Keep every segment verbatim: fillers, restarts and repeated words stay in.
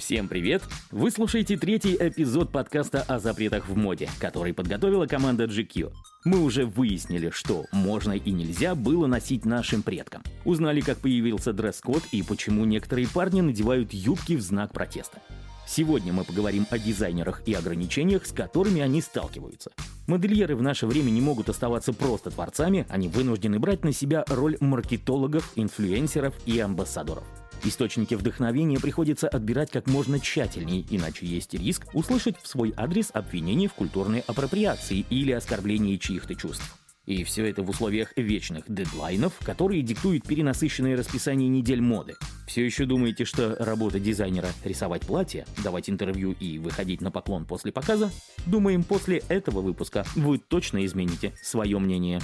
Всем привет! Вы слушаете третий эпизод подкаста о запретах в моде, который подготовила команда джи кью. Мы уже выяснили, что можно и нельзя было носить нашим предкам. Узнали, как появился дресс-код и почему некоторые парни надевают юбки в знак протеста. Сегодня мы поговорим о дизайнерах и ограничениях, с которыми они сталкиваются. Модельеры в наше время не могут оставаться просто творцами, они вынуждены брать на себя роль маркетологов, инфлюенсеров и амбассадоров. Источники вдохновения приходится отбирать как можно тщательнее, иначе есть риск услышать в свой адрес обвинения в культурной апроприации или оскорблении чьих-то чувств. И все это в условиях вечных дедлайнов, которые диктуют перенасыщенное расписание недель моды. Все еще думаете, что работа дизайнера — рисовать платья, давать интервью и выходить на поклон после показа? Думаем, после этого выпуска вы точно измените свое мнение.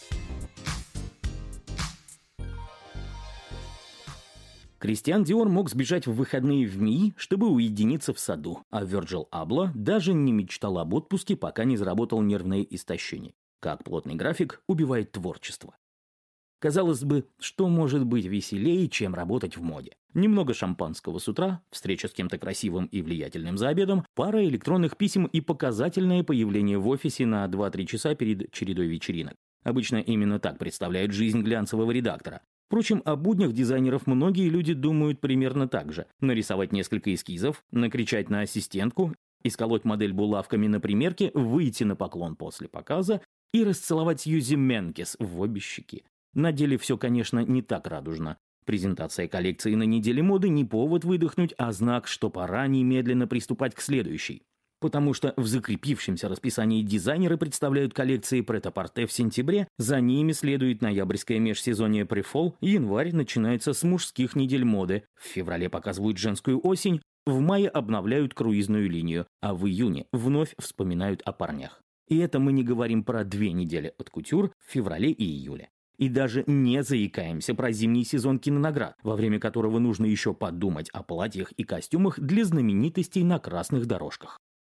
Кристиан Диор мог сбежать в выходные в МИИ, чтобы уединиться в саду, а Вирджил Аблоh даже не мечтал об отпуске, пока не заработал нервное истощение. Как плотный график убивает творчество. Казалось бы, что может быть веселее, чем работать в моде? Немного шампанского с утра, встреча с кем-то красивым и влиятельным за обедом, пара электронных писем и показательное появление в офисе на два-три часа перед чередой вечеринок. Обычно именно так представляют жизнь глянцевого редактора. Впрочем, о буднях дизайнеров многие люди думают примерно так же. Нарисовать несколько эскизов, накричать на ассистентку, исколоть модель булавками на примерке, выйти на поклон после показа и расцеловать Сьюзи Менкес в обе щеки. На деле все, конечно, не так радужно. Презентация коллекции на неделе моды не повод выдохнуть, а знак, что пора немедленно приступать к следующей. Потому что в закрепившемся расписании дизайнеры представляют коллекции прет-а-порте в сентябре, за ними следует ноябрьское межсезонье префол, январь начинается с мужских недель моды, в феврале показывают женскую осень, в мае обновляют круизную линию, а в июне вновь вспоминают о парнях. И это мы не говорим про две недели от кутюр в феврале и июле. И даже не заикаемся про зимний сезон кинонаград, во время которого нужно еще подумать о платьях и костюмах для знаменитостей на красных дорожках.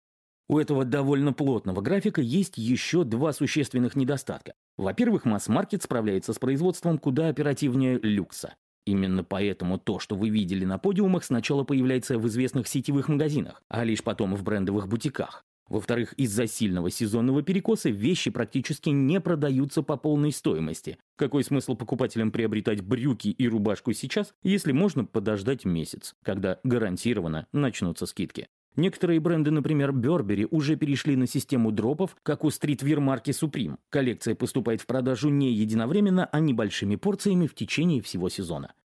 У этого довольно плотного графика есть еще два существенных недостатка. Во-первых, масс-маркет справляется с производством куда оперативнее люкса. Именно поэтому то, что вы видели на подиумах, сначала появляется в известных сетевых магазинах, а лишь потом в брендовых бутиках. Во-вторых, из-за сильного сезонного перекоса вещи практически не продаются по полной стоимости. Какой смысл покупателям приобретать брюки и рубашку сейчас, если можно подождать месяц, когда гарантированно начнутся скидки? Некоторые бренды, например, Burberry, уже перешли на систему дропов, как у стритвир-марки Supreme. Коллекция поступает в продажу не единовременно, а небольшими порциями в течение всего сезона.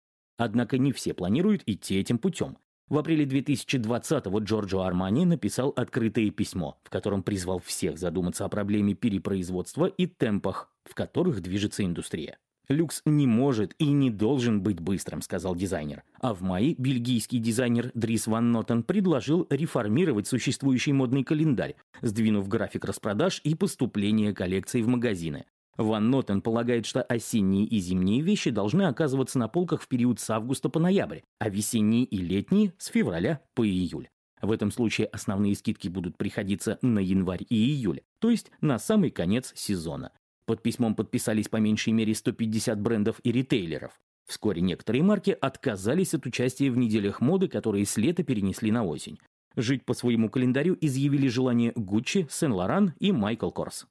Однако не все планируют идти этим путем. В апреле две тысячи двадцатого Джорджо Армани написал открытое письмо, в котором призвал всех задуматься о проблеме перепроизводства и темпах, в которых движется индустрия. «Люкс не может и не должен быть быстрым», — сказал дизайнер. А в мае бельгийский дизайнер Дрис Ван Нотен предложил реформировать существующий модный календарь, сдвинув график распродаж и поступления коллекций в магазины. Ван Нотен полагает, что осенние и зимние вещи должны оказываться на полках в период с августа по ноябрь, а весенние и летние — с февраля по июль. В этом случае основные скидки будут приходиться на январь и июль, то есть на самый конец сезона. Под письмом подписались по меньшей мере сто пятьдесят брендов и ритейлеров. Вскоре некоторые марки отказались от участия в неделях моды, которые с лета перенесли на осень. Жить по своему календарю изъявили желание Gucci, Saint-Laurent и Michael Kors.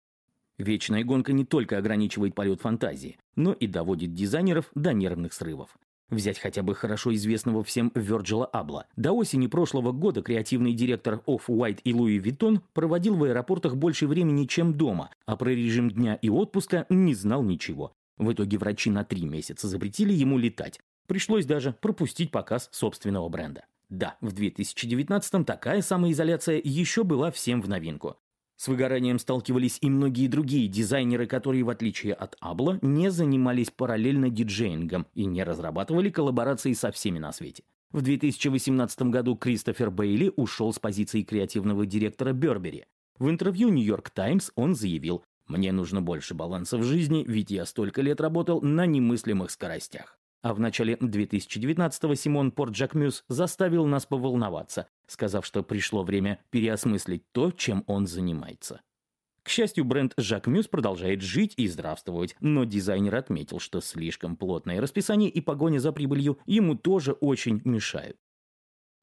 Вечная гонка не только ограничивает полет фантазии, но и доводит дизайнеров до нервных срывов. Взять хотя бы хорошо известного всем Вирджила Abloh. До осени прошлого года креативный директор Off-White и Louis Vuitton проводил в аэропортах больше времени, чем дома, а про режим дня и отпуска не знал ничего. В итоге врачи на три месяца запретили ему летать. Пришлось даже пропустить показ собственного бренда. Да, в две тысячи девятнадцатом такая самоизоляция еще была всем в новинку. С выгоранием сталкивались и многие другие дизайнеры, которые, в отличие от Abloh, не занимались параллельно диджеингом и не разрабатывали коллаборации со всеми на свете. В две тысячи восемнадцатом году Кристофер Бейли ушел с позиции креативного директора Burberry. В интервью New York Times он заявил: «Мне нужно больше баланса в жизни, ведь я столько лет работал на немыслимых скоростях». А в начале две тысячи девятнадцатого Симон Порт-Жакмюз заставил нас поволноваться, сказав, что пришло время переосмыслить то, чем он занимается. К счастью, бренд Жакмюз продолжает жить и здравствовать, но дизайнер отметил, что слишком плотное расписание и погоня за прибылью ему тоже очень мешают.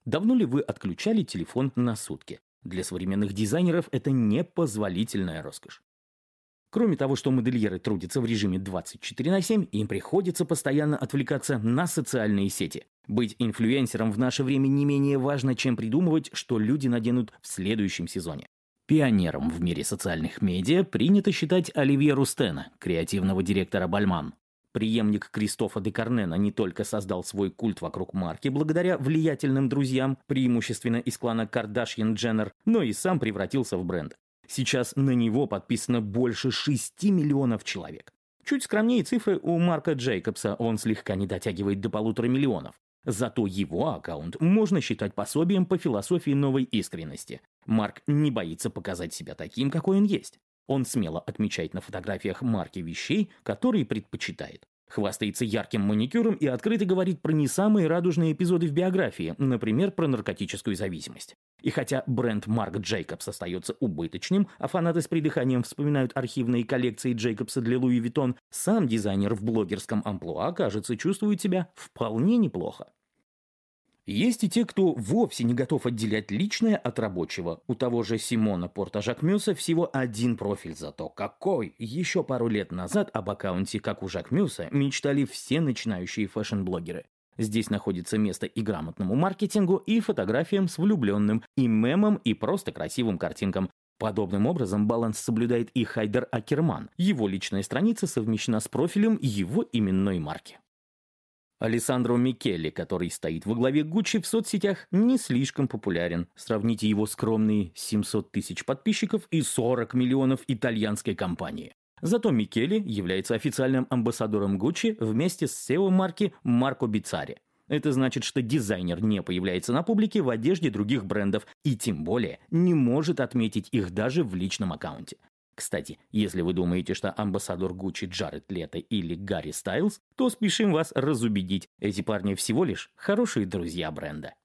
Давно ли вы отключали телефон на сутки? Для современных дизайнеров это непозволительная роскошь. Кроме того, что модельеры трудятся в режиме двадцать четыре на семь, им приходится постоянно отвлекаться на социальные сети. Быть инфлюенсером в наше время не менее важно, чем придумывать, что люди наденут в следующем сезоне. Пионером в мире социальных медиа принято считать Оливье Рустена, креативного директора Бальман. Преемник Кристофа де Карнена не только создал свой культ вокруг марки благодаря влиятельным друзьям, преимущественно из клана Кардашьян-Дженнер, но и сам превратился в бренд. Сейчас на него подписано больше шести миллионов человек. Чуть скромнее цифры у Марка Джейкобса, он слегка не дотягивает до полутора миллионов. Зато его аккаунт можно считать пособием по философии новой искренности. Марк не боится показать себя таким, какой он есть. Он смело отмечает на фотографиях марки вещей, которые предпочитает. Хвастается ярким маникюром и открыто говорит про не самые радужные эпизоды в биографии, например, про наркотическую зависимость. И хотя бренд Марк Джейкобс остается убыточным, а фанаты с придыханием вспоминают архивные коллекции Джейкобса для Луи Виттон, сам дизайнер в блогерском амплуа, кажется, чувствует себя вполне неплохо. Есть и те, кто вовсе не готов отделять личное от рабочего. У того же Симона Порта-Жакмюса всего один профиль, зато какой! Еще пару лет назад об аккаунте, как у Жакмюса, мечтали все начинающие фэшн-блогеры. Здесь находится место и грамотному маркетингу, и фотографиям с влюбленным, и мемам, и просто красивым картинкам. Подобным образом баланс соблюдает и Хайдер Акерман. Его личная страница совмещена с профилем его именной марки. Алессандро Микеле, который стоит во главе Гуччи, в соцсетях не слишком популярен. Сравните его скромные семьсот тысяч подписчиков и сорок миллионов итальянской компании. Зато Микеле является официальным амбассадором Гуччи вместе с си и о марки Марко Биццари. Это значит, что дизайнер не появляется на публике в одежде других брендов и тем более не может отметить их даже в личном аккаунте. Кстати, если вы думаете, что амбассадор Гуччи Джаред Лето или Гарри Стайлз, то спешим вас разубедить, эти парни всего лишь хорошие друзья бренда.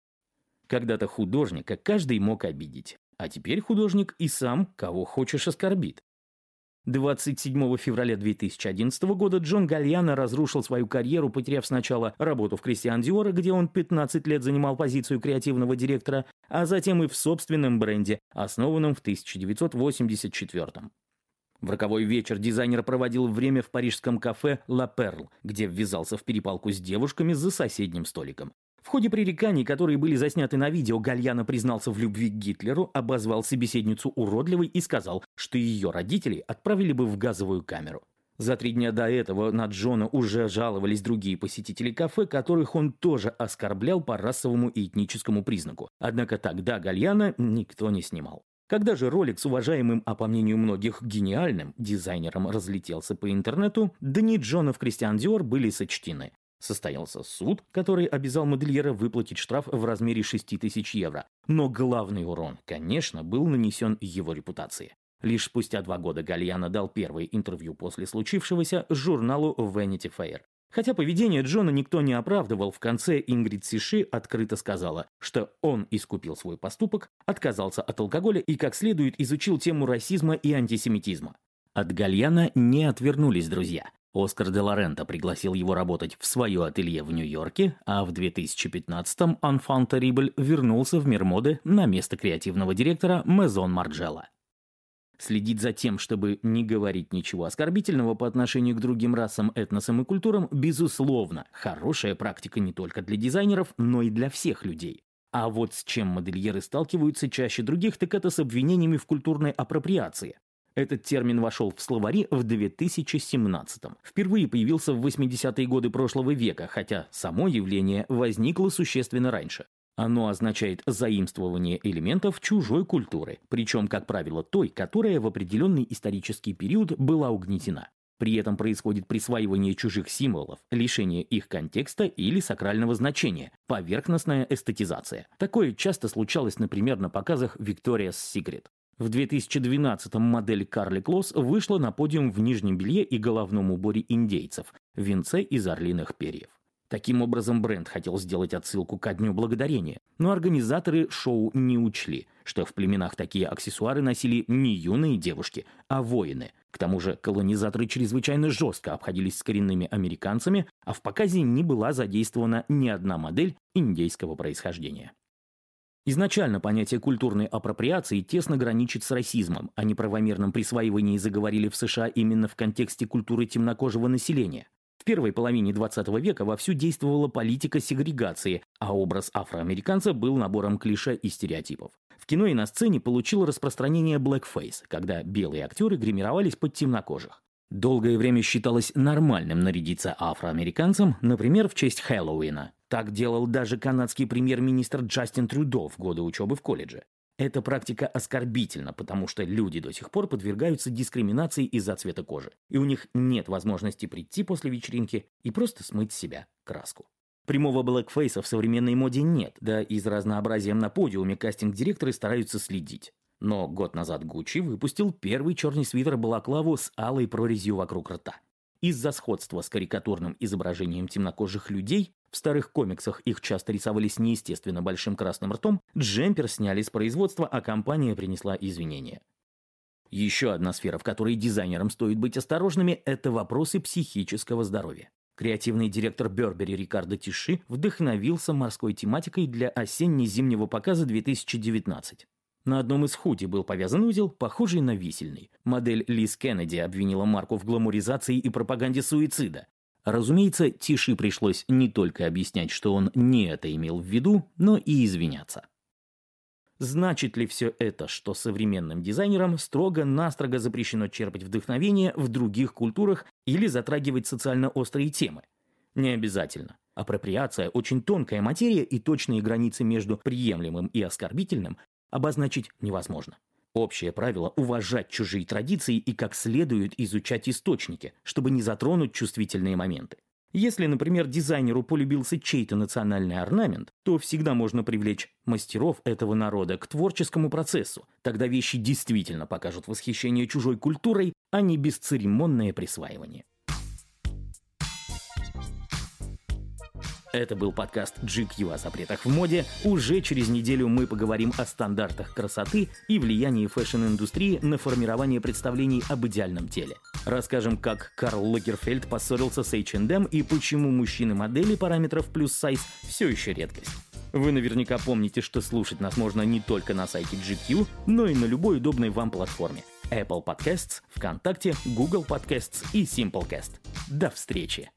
Когда-то художника каждый мог обидеть, а теперь художник и сам кого хочешь оскорбит. двадцать седьмого февраля две тысячи одиннадцатого года Джон Гальяно разрушил свою карьеру, потеряв сначала работу в Кристиан Диор, где он пятнадцать лет занимал позицию креативного директора, а затем и в собственном бренде, основанном в тысяча девятьсот восемьдесят четвёртом. В роковой вечер дизайнер проводил время в парижском кафе «Ла Перл», где ввязался в перепалку с девушками за соседним столиком. В ходе пререканий, которые были засняты на видео, Гальяно признался в любви к Гитлеру, обозвал собеседницу уродливой и сказал, что ее родители отправили бы в газовую камеру. За три дня до этого на Джона уже жаловались другие посетители кафе, которых он тоже оскорблял по расовому и этническому признаку. Однако тогда Гальяно никто не снимал. Когда же ролик с уважаемым, а по мнению многих гениальным, дизайнером разлетелся по интернету, дни Джона в Кристиан Диор были сочтены. Состоялся суд, который обязал модельера выплатить штраф в размере шести тысяч евро. Но главный урон, конечно, был нанесен его репутации. Лишь спустя два года Гальяно дал первое интервью после случившегося журналу Vanity Fair. Хотя поведение Джона никто не оправдывал, в конце Ингрид Сиши открыто сказала, что он искупил свой поступок, отказался от алкоголя и как следует изучил тему расизма и антисемитизма. От Гальяно не отвернулись друзья. Оскар де ла Рента пригласил его работать в свое ателье в Нью-Йорке, а в две тысячи пятнадцатом Enfant Terrible вернулся в мир моды на место креативного директора Maison Margiela. Следить за тем, чтобы не говорить ничего оскорбительного по отношению к другим расам, этносам и культурам, безусловно, хорошая практика не только для дизайнеров, но и для всех людей. А вот с чем модельеры сталкиваются чаще других, так это с обвинениями в культурной апроприации. Этот термин вошел в словари в две тысячи семнадцатом. Впервые появился в восьмидесятые годы прошлого века, хотя само явление возникло существенно раньше. Оно означает заимствование элементов чужой культуры, причем, как правило, той, которая в определенный исторический период была угнетена. При этом происходит присваивание чужих символов, лишение их контекста или сакрального значения, поверхностная эстетизация. Такое часто случалось, например, на показах Victoria's Secret. В две тысячи двенадцатом модель Карли Клосс вышла на подиум в нижнем белье и головном уборе индейцев, венце из орлиных перьев. Таким образом, бренд хотел сделать отсылку ко Дню Благодарения, но организаторы шоу не учли, что в племенах такие аксессуары носили не юные девушки, а воины. К тому же колонизаторы чрезвычайно жестко обходились с коренными американцами, а в показе не была задействована ни одна модель индейского происхождения. Изначально понятие культурной апроприации тесно граничит с расизмом. О неправомерном присваивании заговорили в США именно в контексте культуры темнокожего населения. В первой половине двадцатого века вовсю действовала политика сегрегации, а образ афроамериканца был набором клише и стереотипов. В кино и на сцене получил распространение blackface, когда белые актеры гримировались под темнокожих. Долгое время считалось нормальным нарядиться афроамериканцем, например, в честь Хэллоуина. Так делал даже канадский премьер-министр Джастин Трюдо в годы учебы в колледже. Эта практика оскорбительна, потому что люди до сих пор подвергаются дискриминации из-за цвета кожи, и у них нет возможности прийти после вечеринки и просто смыть с себя краску. Прямого блэкфейса в современной моде нет, да и за разнообразием на подиуме кастинг-директоры стараются следить. Но год назад Гуччи выпустил первый черный свитер-балаклаву с алой прорезью вокруг рта. Из-за сходства с карикатурным изображением темнокожих людей, в старых комиксах их часто рисовали с неестественно большим красным ртом, джемпер сняли с производства, а компания принесла извинения. Еще одна сфера, в которой дизайнерам стоит быть осторожными, это вопросы психического здоровья. Креативный директор Burberry Рикардо Тиши вдохновился морской тематикой для осенне-зимнего показа две тысячи девятнадцать. На одном из худи был повязан узел, похожий на висельный. Модель Лиз Кеннеди обвинила марку в гламуризации и пропаганде суицида. Разумеется, Тиши пришлось не только объяснять, что он не это имел в виду, но и извиняться. Значит ли все это, что современным дизайнерам строго-настрого запрещено черпать вдохновение в других культурах или затрагивать социально острые темы? Не обязательно. Апроприация – очень тонкая материя, и точные границы между приемлемым и оскорбительным обозначить невозможно. Общее правило – уважать чужие традиции и как следует изучать источники, чтобы не затронуть чувствительные моменты. Если, например, дизайнеру полюбился чей-то национальный орнамент, то всегда можно привлечь мастеров этого народа к творческому процессу. Тогда вещи действительно покажут восхищение чужой культурой, а не бесцеремонное присваивание. Это был подкаст джи кью о запретах в моде. Уже через неделю мы поговорим о стандартах красоты и влиянии фэшн-индустрии на формирование представлений об идеальном теле. Расскажем, как Карл Лагерфельд поссорился с эйч энд эм и почему мужчины-модели параметров плюс-сайз все еще редкость. Вы наверняка помните, что слушать нас можно не только на сайте джи кью, но и на любой удобной вам платформе. Apple Podcasts, ВКонтакте, Google Podcasts и Simplecast. До встречи!